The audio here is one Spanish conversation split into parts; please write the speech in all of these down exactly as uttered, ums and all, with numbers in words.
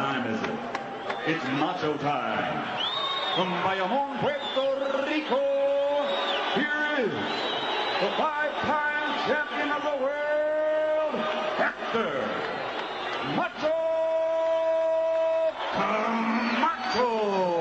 time is it? It's macho time. From Bayamón, Puerto Rico, here is the five-time champion of the world, Hector Macho Camacho.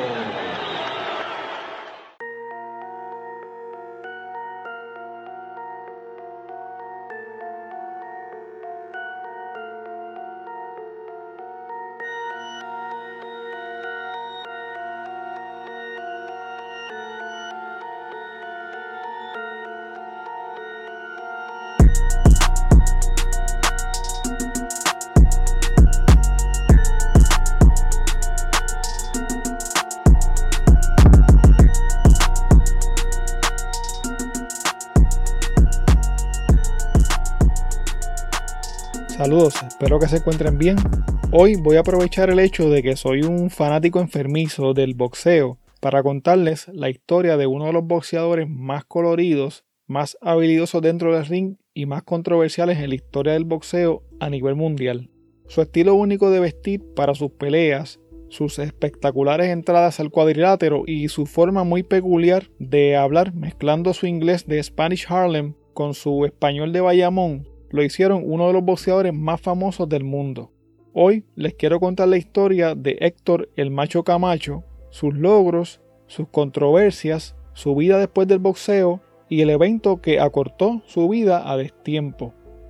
Saludos, espero que se encuentren bien. Hoy voy a aprovechar el hecho de que soy un fanático enfermizo del boxeo para contarles la historia de uno de los boxeadores más coloridos, más habilidosos dentro del ring y más controversiales en la historia del boxeo a nivel mundial. Su estilo único de vestir para sus peleas, sus espectaculares entradas al cuadrilátero y su forma muy peculiar de hablar mezclando su inglés de Spanish Harlem con su español de Bayamón lo hicieron uno de los boxeadores más famosos del mundo. Hoy les quiero contar la historia de Héctor el Macho Camacho, sus logros, sus controversias, su vida después del boxeo y el evento que acortó su vida a destiempo.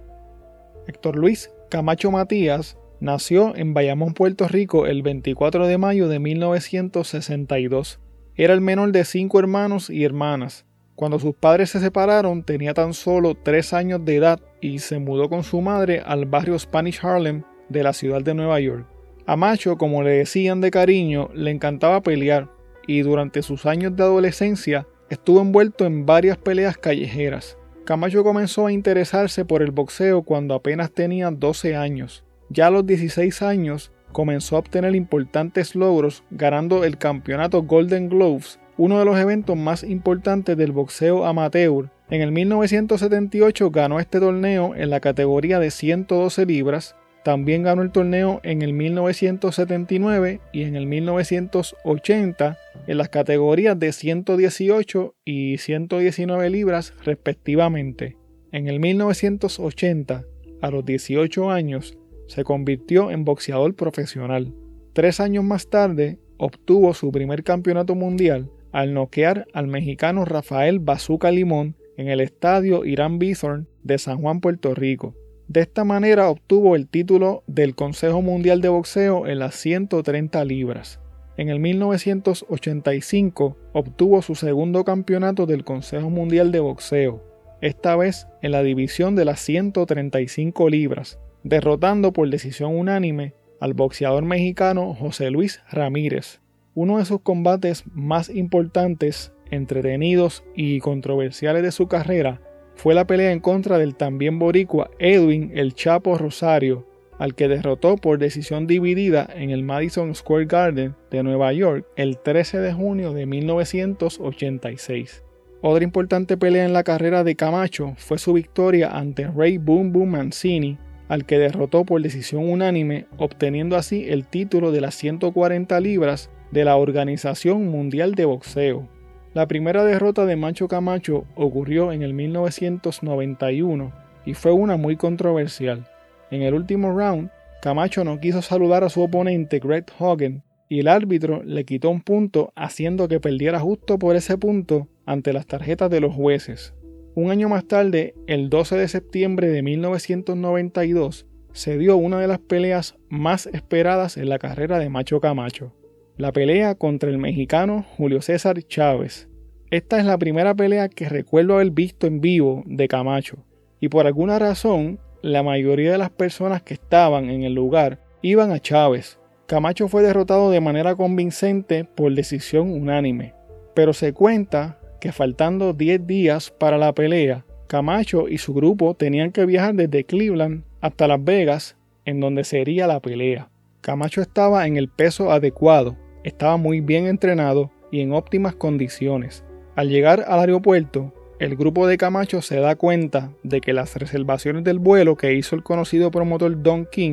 Héctor Luis Camacho Matías nació en Bayamón, Puerto Rico, el veinticuatro de mayo de mil novecientos sesenta y dos. Era el menor de cinco hermanos y hermanas. Cuando sus padres se separaron tenía tan solo tres años de edad y se mudó con su madre al barrio Spanish Harlem de la ciudad de Nueva York. A Macho, como le decían de cariño, le encantaba pelear y durante sus años de adolescencia estuvo envuelto en varias peleas callejeras. Camacho comenzó a interesarse por el boxeo cuando apenas tenía doce años. Ya a los dieciséis años comenzó a obtener importantes logros ganando el campeonato Golden Gloves, uno de los eventos más importantes del boxeo amateur. En el mil novecientos setenta y ocho ganó este torneo en la categoría de ciento doce libras, también ganó el torneo en el mil novecientos setenta y nueve y en el mil novecientos ochenta en las categorías de ciento dieciocho y ciento diecinueve libras respectivamente. En el mil novecientos ochenta, a los dieciocho años, se convirtió en boxeador profesional. Tres años más tarde, obtuvo su primer campeonato mundial al noquear al mexicano Rafael Bazooka Limón en el estadio Irán Bithorn de San Juan, Puerto Rico. De esta manera obtuvo el título del Consejo Mundial de Boxeo en las ciento treinta libras. En el mil novecientos ochenta y cinco obtuvo su segundo campeonato del Consejo Mundial de Boxeo, esta vez en la división de las ciento treinta y cinco libras, derrotando por decisión unánime al boxeador mexicano José Luis Ramírez. Uno de sus combates más importantes, entretenidos y controversiales de su carrera fue la pelea en contra del también boricua Edwin El Chapo Rosario, al que derrotó por decisión dividida en el Madison Square Garden de Nueva York el trece de junio de mil novecientos ochenta y seis. Otra importante pelea en la carrera de Camacho fue su victoria ante Ray Boom Boom Mancini, al que derrotó por decisión unánime, obteniendo así el título de las ciento cuarenta libras de la Organización Mundial de Boxeo. La primera derrota de Macho Camacho ocurrió en el mil novecientos noventa y uno y fue una muy controversial. En el último round, Camacho no quiso saludar a su oponente Greg Hogan y el árbitro le quitó un punto, haciendo que perdiera justo por ese punto ante las tarjetas de los jueces. Un año más tarde, el doce de septiembre de mil novecientos noventa y dos, se dio una de las peleas más esperadas en la carrera de Macho Camacho. La pelea contra el mexicano Julio César Chávez. Esta es la primera pelea que recuerdo haber visto en vivo de Camacho, y por alguna razón, la mayoría de las personas que estaban en el lugar iban a Chávez. Camacho fue derrotado de manera convincente por decisión unánime, pero se cuenta que faltando diez días para la pelea, Camacho y su grupo tenían que viajar desde Cleveland hasta Las Vegas, en donde sería la pelea. Camacho estaba en el peso adecuado, estaba muy bien entrenado y en óptimas condiciones. Al llegar al aeropuerto, el grupo de Camacho se da cuenta de que las reservaciones del vuelo que hizo el conocido promotor Don King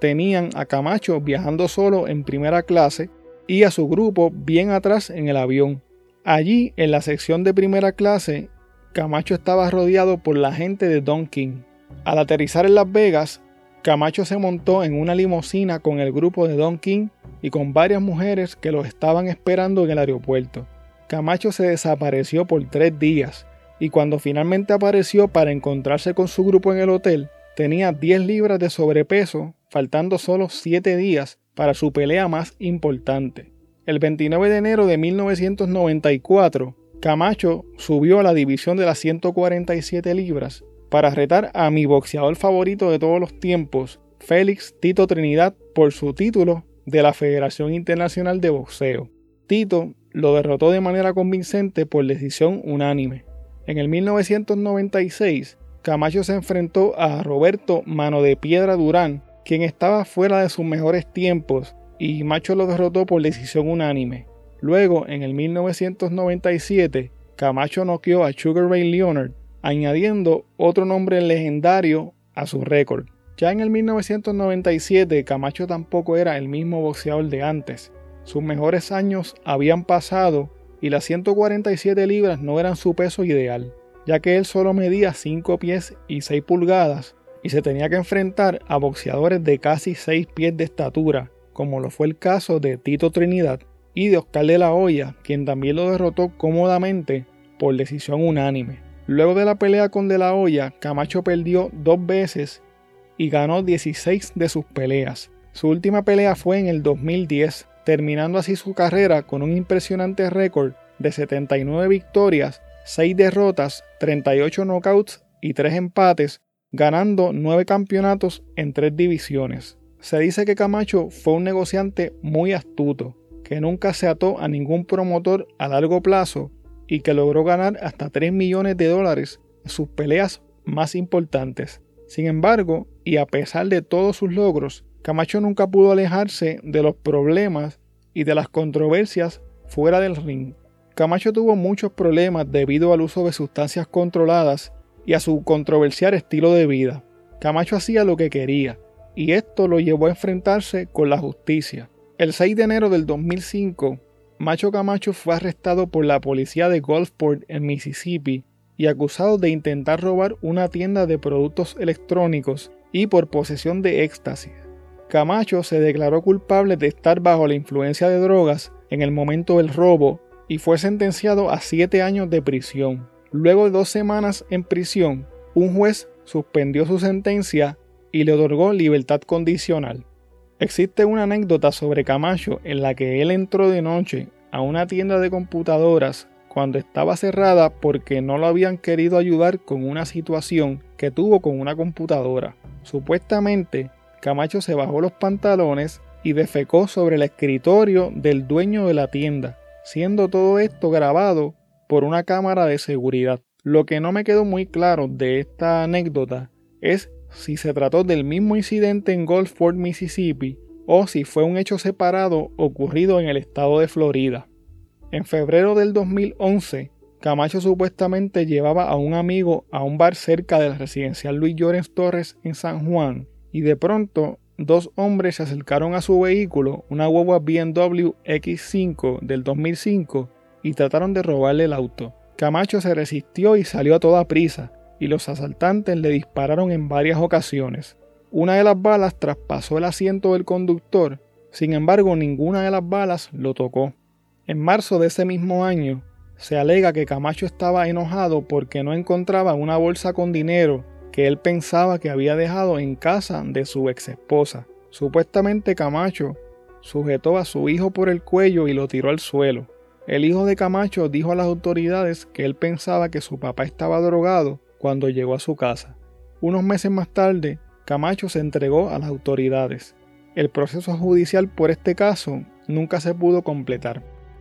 tenían a Camacho viajando solo en primera clase y a su grupo bien atrás en el avión. Allí, en la sección de primera clase, Camacho estaba rodeado por la gente de Don King. Al aterrizar en Las Vegas, Camacho se montó en una limusina con el grupo de Don King y con varias mujeres que los estaban esperando en el aeropuerto. Camacho se desapareció por tres días y cuando finalmente apareció para encontrarse con su grupo en el hotel, tenía diez libras de sobrepeso, faltando solo siete días para su pelea más importante. El veintinueve de enero de mil novecientos noventa y cuatro, Camacho subió a la división de las ciento cuarenta y siete libras para retar a mi boxeador favorito de todos los tiempos, Félix Tito Trinidad, por su título de la Federación Internacional de Boxeo. Tito lo derrotó de manera convincente por decisión unánime. En el mil novecientos noventa y seis, Camacho se enfrentó a Roberto Mano de Piedra Durán, quien estaba fuera de sus mejores tiempos, y Camacho lo derrotó por decisión unánime. Luego, en el mil novecientos noventa y siete, Camacho noqueó a Sugar Ray Leonard, añadiendo otro nombre legendario a su récord. Ya en el mil novecientos noventa y siete, Camacho tampoco era el mismo boxeador de antes. Sus mejores años habían pasado y las ciento cuarenta y siete libras no eran su peso ideal, ya que él solo medía cinco pies y seis pulgadas y se tenía que enfrentar a boxeadores de casi seis pies de estatura, como lo fue el caso de Tito Trinidad y de Oscar de la Hoya, quien también lo derrotó cómodamente por decisión unánime. Luego de la pelea con De La Hoya, Camacho perdió dos veces y ganó dieciséis de sus peleas. Su última pelea fue en el dos mil diez, terminando así su carrera con un impresionante récord de setenta y nueve victorias, seis derrotas, treinta y ocho knockouts y tres empates, ganando nueve campeonatos en tres divisiones. Se dice que Camacho fue un negociante muy astuto, que nunca se ató a ningún promotor a largo plazo y que logró ganar hasta tres millones de dólares en sus peleas más importantes. Sin embargo, y a pesar de todos sus logros, Camacho nunca pudo alejarse de los problemas y de las controversias fuera del ring. Camacho tuvo muchos problemas debido al uso de sustancias controladas y a su controversial estilo de vida. Camacho hacía lo que quería, y esto lo llevó a enfrentarse con la justicia. El seis de enero del dos mil cinco, Macho Camacho fue arrestado por la policía de Gulfport en Mississippi y acusado de intentar robar una tienda de productos electrónicos y por posesión de éxtasis. Camacho se declaró culpable de estar bajo la influencia de drogas en el momento del robo y fue sentenciado a siete años de prisión. Luego de dos semanas en prisión, un juez suspendió su sentencia y le otorgó libertad condicional. Existe una anécdota sobre Camacho en la que él entró de noche a una tienda de computadoras cuando estaba cerrada porque no lo habían querido ayudar con una situación que tuvo con una computadora. Supuestamente, Camacho se bajó los pantalones y defecó sobre el escritorio del dueño de la tienda, siendo todo esto grabado por una cámara de seguridad. Lo que no me quedó muy claro de esta anécdota es si se trató del mismo incidente en Gulfport, Mississippi, o si fue un hecho separado ocurrido en el estado de Florida. En febrero del dos mil once, Camacho supuestamente llevaba a un amigo a un bar cerca del residencial Luis Llorens Torres en San Juan, y de pronto dos hombres se acercaron a su vehículo, una guagua B M W X cinco del dos mil cinco, y trataron de robarle el auto. Camacho se resistió y salió a toda prisa, y los asaltantes le dispararon en varias ocasiones. Una de las balas traspasó el asiento del conductor, sin embargo ninguna de las balas lo tocó. En marzo de ese mismo año, se alega que Camacho estaba enojado porque no encontraba una bolsa con dinero que él pensaba que había dejado en casa de su ex esposa. Supuestamente Camacho sujetó a su hijo por el cuello y lo tiró al suelo. El hijo de Camacho dijo a las autoridades que él pensaba que su papá estaba drogado cuando llegó a su casa. Unos meses más tarde, Camacho se entregó a las autoridades. El proceso judicial por este caso nunca se pudo completar.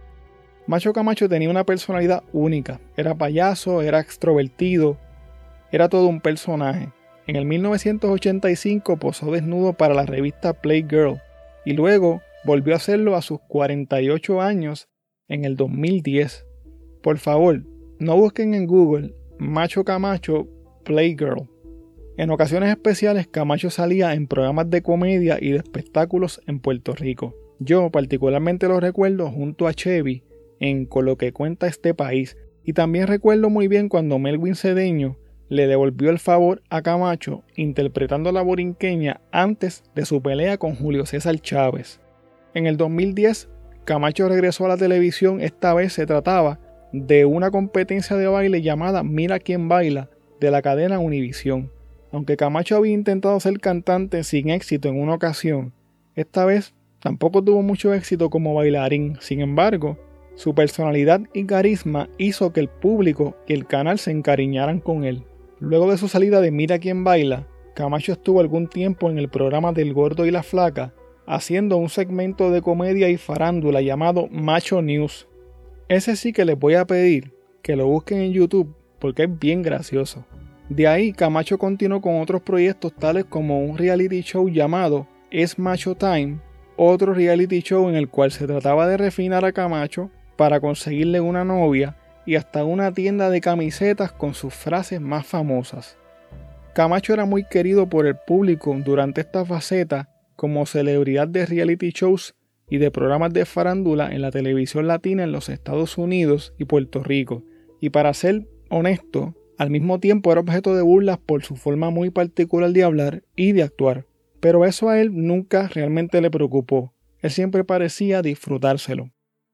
Macho Camacho tenía una personalidad única. Era payaso, era extrovertido, era todo un personaje. En el mil novecientos ochenta y cinco posó desnudo para la revista Playgirl y luego volvió a hacerlo a sus cuarenta y ocho años en el dos mil diez. Por favor, no busquen en Google Macho Camacho Playgirl. En ocasiones especiales, Camacho salía en programas de comedia y de espectáculos en Puerto Rico. Yo particularmente lo recuerdo junto a Chevy en Con lo que cuenta este país, y también recuerdo muy bien cuando Melvin Cedeño le devolvió el favor a Camacho interpretando a la borinqueña antes de su pelea con Julio César Chávez. En el dos mil diez, Camacho regresó a la televisión. Esta vez se trataba de una competencia de baile llamada Mira quién baila de la cadena Univisión. Aunque Camacho había intentado ser cantante sin éxito en una ocasión, esta vez tampoco tuvo mucho éxito como bailarín. Sin embargo, su personalidad y carisma hizo que el público y el canal se encariñaran con él. Luego de su salida de Mira quién baila, Camacho estuvo algún tiempo en el programa del Gordo y la Flaca, haciendo un segmento de comedia y farándula llamado Macho News. Ese sí que les voy a pedir que lo busquen en YouTube porque es bien gracioso. De ahí Camacho continuó con otros proyectos tales como un reality show llamado Es Macho Time, otro reality show en el cual se trataba de refinar a Camacho para conseguirle una novia, y hasta una tienda de camisetas con sus frases más famosas. Camacho era muy querido por el público durante esta faceta como celebridad de reality shows y de programas de farándula en la televisión latina en los Estados Unidos y Puerto Rico, y para ser honesto, al mismo tiempo era objeto de burlas por su forma muy particular de hablar y de actuar, pero eso a él nunca realmente le preocupó. Él siempre parecía disfrutárselo.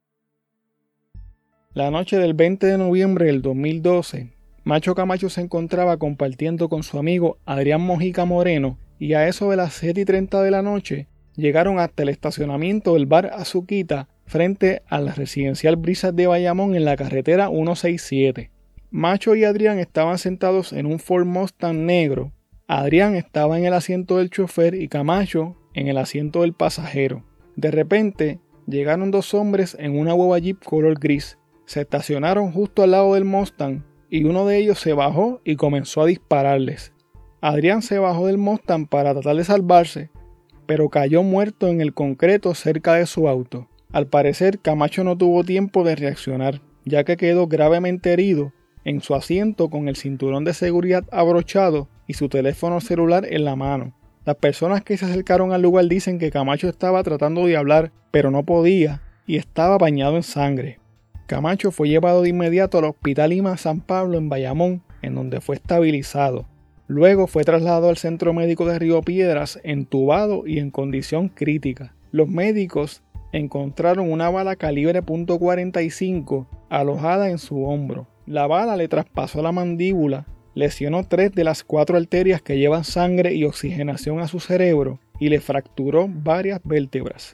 La noche del veinte de noviembre del dos mil doce, Macho Camacho se encontraba compartiendo con su amigo Adrián Mojica Moreno, y a eso de las siete y treinta de la noche llegaron hasta el estacionamiento del bar Azuquita frente a la residencial Brisas de Bayamón en la carretera ciento sesenta y siete. Macho y Adrián estaban sentados en un Ford Mustang negro. Adrián estaba en el asiento del chofer y Camacho en el asiento del pasajero. De repente llegaron dos hombres en una guagua Jeep color gris. Se estacionaron justo al lado del Mustang y uno de ellos se bajó y comenzó a dispararles. Adrián se bajó del Mustang para tratar de salvarse, pero cayó muerto en el concreto cerca de su auto. Al parecer, Camacho no tuvo tiempo de reaccionar, ya que quedó gravemente herido en su asiento con el cinturón de seguridad abrochado y su teléfono celular en la mano. Las personas que se acercaron al lugar dicen que Camacho estaba tratando de hablar, pero no podía y estaba bañado en sangre. Camacho fue llevado de inmediato al Hospital I M A San Pablo en Bayamón, en donde fue estabilizado. Luego fue trasladado al Centro Médico de Río Piedras, entubado y en condición crítica. Los médicos encontraron una bala calibre punto cuarenta y cinco alojada en su hombro. La bala le traspasó la mandíbula, lesionó tres de las cuatro arterias que llevan sangre y oxigenación a su cerebro y le fracturó varias vértebras.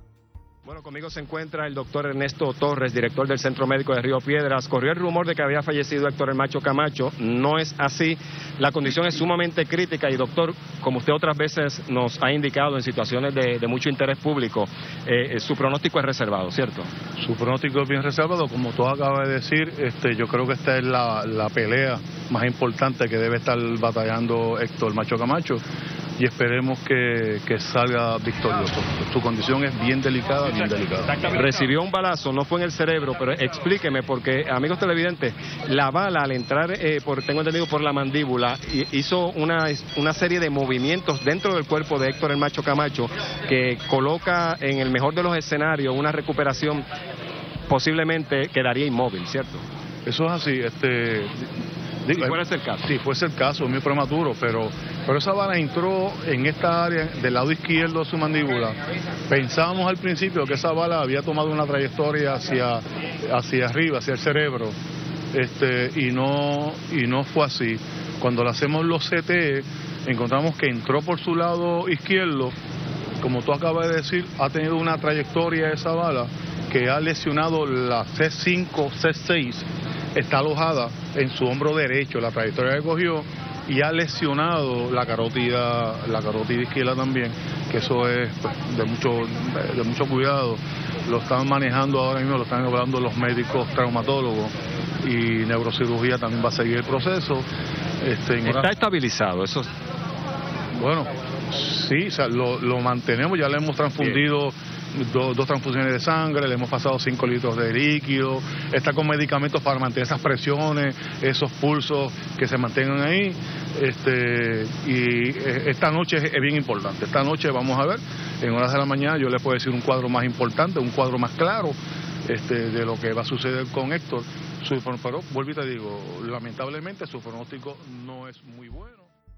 Bueno, conmigo se encuentra el doctor Ernesto Torres, director del Centro Médico de Río Piedras. Corrió el rumor de que había fallecido Héctor el Macho Camacho. No es así. La condición es sumamente crítica y, doctor, como usted otras veces nos ha indicado en situaciones de, de mucho interés público, eh, su pronóstico es reservado, ¿cierto? Su pronóstico es bien reservado. Como tú acabas de decir, este, yo creo que esta es la, la pelea más importante que debe estar batallando Héctor el Macho Camacho. Y esperemos que, que salga victorioso. Su condición es bien delicada, bien delicada. Recibió un balazo, no fue en el cerebro, pero explíqueme, porque, amigos televidentes, la bala al entrar, eh, por, tengo entendido, por la mandíbula, hizo una, una serie de movimientos dentro del cuerpo de Héctor el Macho Camacho que coloca en el mejor de los escenarios una recuperación, posiblemente quedaría inmóvil, ¿cierto? Eso es así, este... Si fuese el caso. Sí, fuese el caso, es muy prematuro, pero, pero esa bala entró en esta área del lado izquierdo de su mandíbula. Pensábamos al principio que esa bala había tomado una trayectoria hacia, hacia arriba, hacia el cerebro, este, y no, y no fue así. Cuando le hacemos los C T, encontramos que entró por su lado izquierdo, como tú acabas de decir, ha tenido una trayectoria esa bala que ha lesionado la C cinco, C seis, está alojada en su hombro derecho, la trayectoria que cogió, y ha lesionado la carótida, la carótida izquierda también, que eso es pues, de mucho de mucho cuidado. Lo están manejando ahora mismo, lo están evaluando los médicos traumatólogos, y neurocirugía también va a seguir el proceso. Este, Está estabilizado, eso. Bueno, Sí, o sea, lo, lo mantenemos, ya le hemos transfundido do, dos transfusiones de sangre, le hemos pasado cinco litros de líquido, está con medicamentos para mantener esas presiones, esos pulsos que se mantengan ahí. Este, y esta noche es, es bien importante. Esta noche vamos a ver, en horas de la mañana yo le puedo decir un cuadro más importante, un cuadro más claro este, de lo que va a suceder con Héctor. Su, pero vuelvo y te digo, lamentablemente su pronóstico no es muy bueno.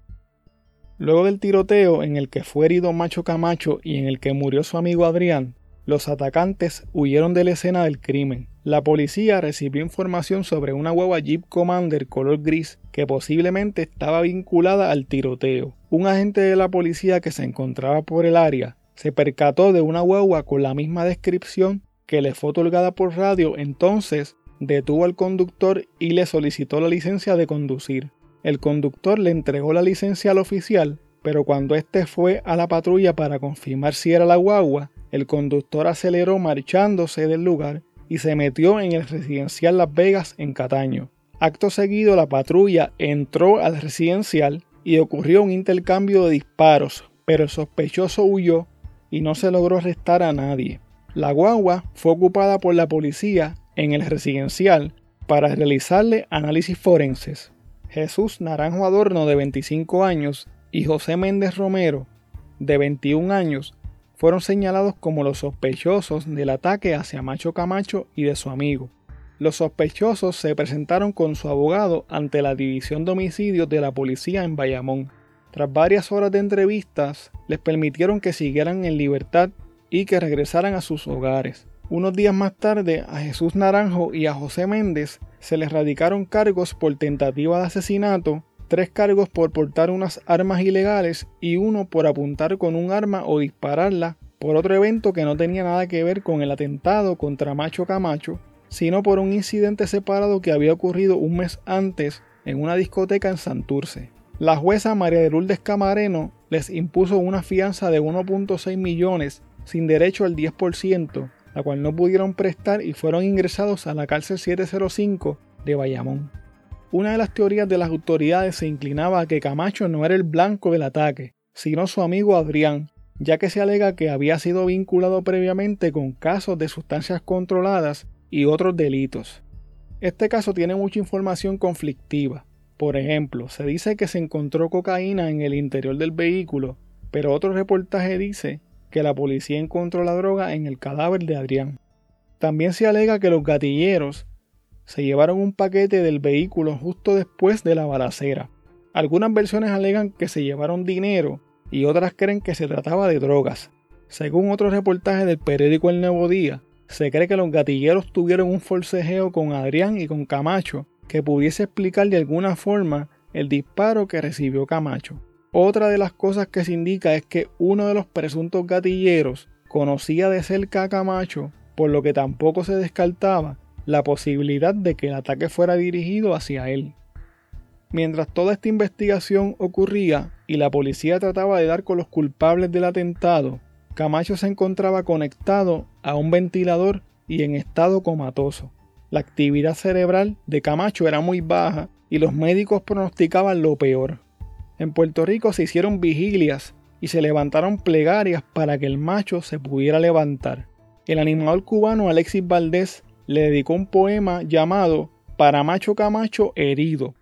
Luego del tiroteo en el que fue herido Macho Camacho y en el que murió su amigo Adrián, los atacantes huyeron de la escena del crimen. La policía recibió información sobre una guagua Jeep Commander color gris que posiblemente estaba vinculada al tiroteo. Un agente de la policía que se encontraba por el área se percató de una guagua con la misma descripción que le fue otorgada por radio, entonces detuvo al conductor y le solicitó la licencia de conducir. El conductor le entregó la licencia al oficial, pero cuando éste fue a la patrulla para confirmar si era la guagua, el conductor aceleró marchándose del lugar y se metió en el residencial Las Vegas en Cataño. Acto seguido, la patrulla entró al residencial y ocurrió un intercambio de disparos, pero el sospechoso huyó y no se logró arrestar a nadie. La guagua fue ocupada por la policía en el residencial para realizarle análisis forenses. Jesús Naranjo Adorno, de veinticinco años, y José Méndez Romero, de veintiún años, fueron señalados como los sospechosos del ataque hacia Macho Camacho y de su amigo. Los sospechosos se presentaron con su abogado ante la División de Homicidios de la Policía en Bayamón. Tras varias horas de entrevistas, les permitieron que siguieran en libertad y que regresaran a sus hogares. Unos días más tarde, a Jesús Naranjo y a José Méndez se les radicaron cargos por tentativa de asesinato, tres cargos por portar unas armas ilegales y uno por apuntar con un arma o dispararla por otro evento que no tenía nada que ver con el atentado contra Macho Camacho, sino por un incidente separado que había ocurrido un mes antes en una discoteca en Santurce. La jueza María de Lourdes Camareno les impuso una fianza de uno punto seis millones sin derecho al diez por ciento, la cual no pudieron prestar y fueron ingresados a la cárcel setecientos cinco de Bayamón. Una de las teorías de las autoridades se inclinaba a que Camacho no era el blanco del ataque, sino su amigo Adrián, ya que se alega que había sido vinculado previamente con casos de sustancias controladas y otros delitos. Este caso tiene mucha información conflictiva. Por ejemplo, se dice que se encontró cocaína en el interior del vehículo, pero otro reportaje dice que la policía encontró la droga en el cadáver de Adrián. También se alega que los gatilleros se llevaron un paquete del vehículo justo después de la balacera. Algunas versiones alegan que se llevaron dinero y otras creen que se trataba de drogas. Según otro reportaje del periódico El Nuevo Día, se cree que los gatilleros tuvieron un forcejeo con Adrián y con Camacho que pudiese explicar de alguna forma el disparo que recibió Camacho. Otra de las cosas que se indica es que uno de los presuntos gatilleros conocía de cerca a Camacho, por lo que tampoco se descartaba la posibilidad de que el ataque fuera dirigido hacia él. Mientras toda esta investigación ocurría y la policía trataba de dar con los culpables del atentado, Camacho se encontraba conectado a un ventilador y en estado comatoso. La actividad cerebral de Camacho era muy baja y los médicos pronosticaban lo peor. En Puerto Rico se hicieron vigilias y se levantaron plegarias para que el macho se pudiera levantar. El animador cubano Alexis Valdés le dedicó un poema llamado Para Macho Camacho herido.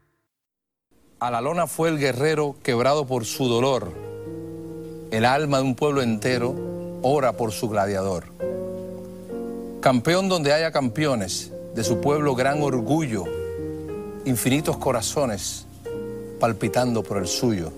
A la lona fue el guerrero quebrado por su dolor. El alma de un pueblo entero ora por su gladiador. Campeón donde haya campeones, de su pueblo gran orgullo, infinitos corazones palpitando por el suyo.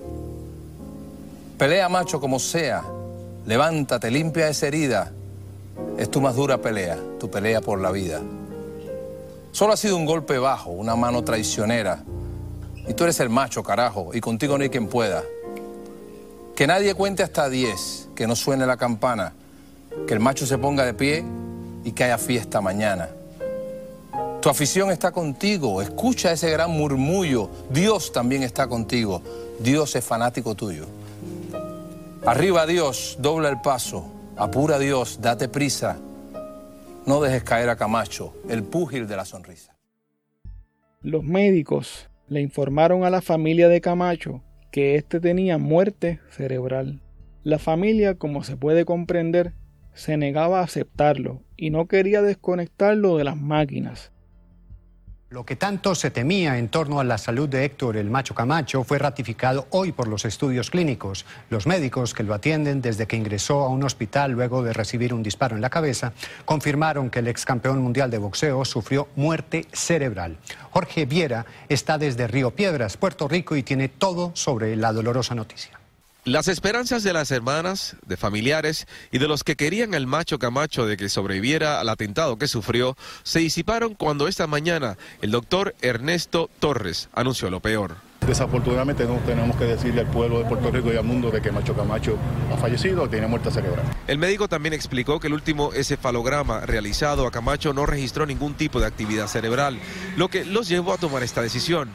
Pelea, macho, como sea, levántate, limpia esa herida. Es tu más dura pelea, tu pelea por la vida. Solo ha sido un golpe bajo, una mano traicionera. Y tú eres el macho, carajo, y contigo no hay quien pueda. Que nadie cuente hasta diez, que no suene la campana, que el macho se ponga de pie y que haya fiesta mañana. Tu afición está contigo, escucha ese gran murmullo. Dios también está contigo, Dios es fanático tuyo. Arriba Dios, dobla el paso, apura Dios, date prisa. No dejes caer a Camacho, el púgil de la sonrisa. Los médicos le informaron a la familia de Camacho que éste tenía muerte cerebral. La familia, como se puede comprender, se negaba a aceptarlo y no quería desconectarlo de las máquinas. Lo que tanto se temía en torno a la salud de Héctor el Macho Camacho fue ratificado hoy por los estudios clínicos. Los médicos que lo atienden desde que ingresó a un hospital luego de recibir un disparo en la cabeza confirmaron que el ex campeón mundial de boxeo sufrió muerte cerebral. Jorge Viera está desde Río Piedras, Puerto Rico, y tiene todo sobre la dolorosa noticia. Las esperanzas de las hermanas, de familiares y de los que querían al Macho Camacho de que sobreviviera al atentado que sufrió se disiparon cuando esta mañana el doctor Ernesto Torres anunció lo peor. Desafortunadamente no tenemos que decirle al pueblo de Puerto Rico y al mundo de que Macho Camacho ha fallecido, tiene muerte cerebral. El médico también explicó que el último encefalograma realizado a Camacho no registró ningún tipo de actividad cerebral, lo que los llevó a tomar esta decisión.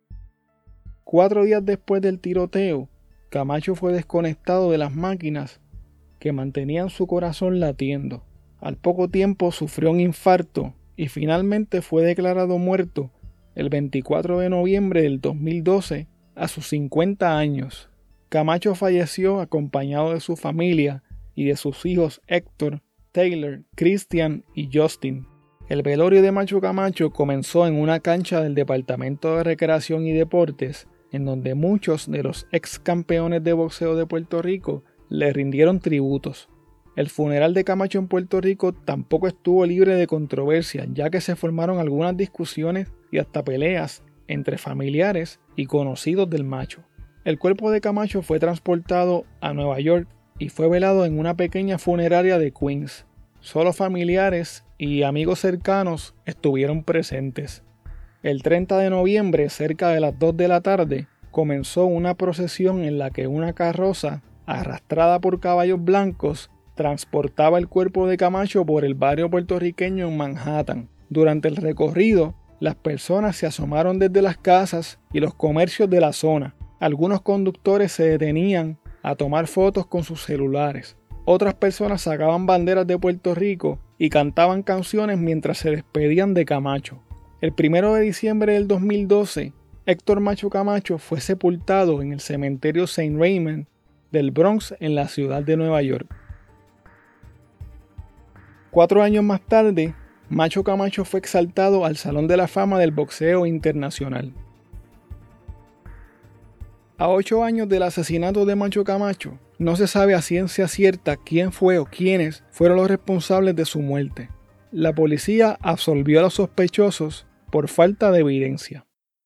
Cuatro días después del tiroteo, Camacho fue desconectado de las máquinas que mantenían su corazón latiendo. Al poco tiempo sufrió un infarto y finalmente fue declarado muerto el veinticuatro de noviembre del dos mil doce a sus cincuenta años. Camacho falleció acompañado de su familia y de sus hijos Héctor, Taylor, Christian y Justin. El velorio de Macho Camacho comenzó en una cancha del Departamento de Recreación y Deportes, en donde muchos de los ex campeones de boxeo de Puerto Rico le rindieron tributos. El funeral de Camacho en Puerto Rico tampoco estuvo libre de controversia, ya que se formaron algunas discusiones y hasta peleas entre familiares y conocidos del Macho. El cuerpo de Camacho fue transportado a Nueva York y fue velado en una pequeña funeraria de Queens. Solo familiares y amigos cercanos estuvieron presentes. El treinta de noviembre, cerca de las dos de la tarde, comenzó una procesión en la que una carroza, arrastrada por caballos blancos, transportaba el cuerpo de Camacho por el barrio puertorriqueño en Manhattan. Durante el recorrido, las personas se asomaron desde las casas y los comercios de la zona. Algunos conductores se detenían a tomar fotos con sus celulares. Otras personas sacaban banderas de Puerto Rico y cantaban canciones mientras se despedían de Camacho. El primero de diciembre del dos mil doce, Héctor Macho Camacho fue sepultado en el cementerio Saint Raymond del Bronx en la ciudad de Nueva York. Cuatro años más tarde, Macho Camacho fue exaltado al Salón de la Fama del Boxeo Internacional. A ocho años del asesinato de Macho Camacho, no se sabe a ciencia cierta quién fue o quiénes fueron los responsables de su muerte. La policía absolvió a los sospechosos por falta de evidencia.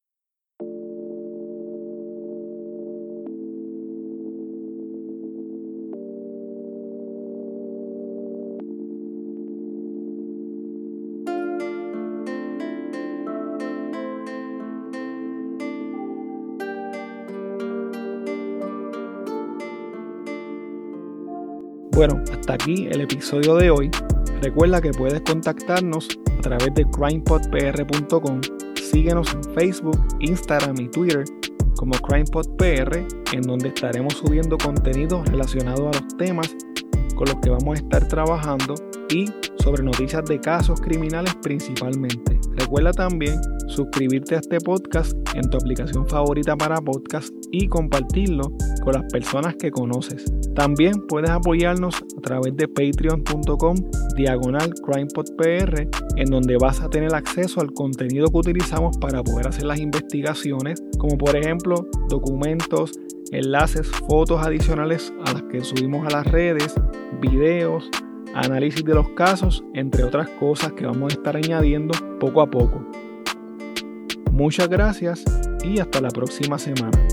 Bueno, hasta aquí el episodio de hoy. Recuerda que puedes contactarnos a través de crime pod p r punto com. Síguenos en Facebook, Instagram y Twitter como CrimePodPR, en donde estaremos subiendo contenido relacionado a los temas con los que vamos a estar trabajando y sobre noticias de casos criminales principalmente. Recuerda también suscribirte a este podcast en tu aplicación favorita para podcast y compartirlo con las personas que conoces. También puedes apoyarnos a través de patreon punto com diagonal CrimePodPR, en donde vas a tener acceso al contenido que utilizamos para poder hacer las investigaciones, como por ejemplo documentos, enlaces, fotos adicionales a las que subimos a las redes, videos, análisis de los casos, entre otras cosas que vamos a estar añadiendo poco a poco. Muchas gracias y hasta la próxima semana.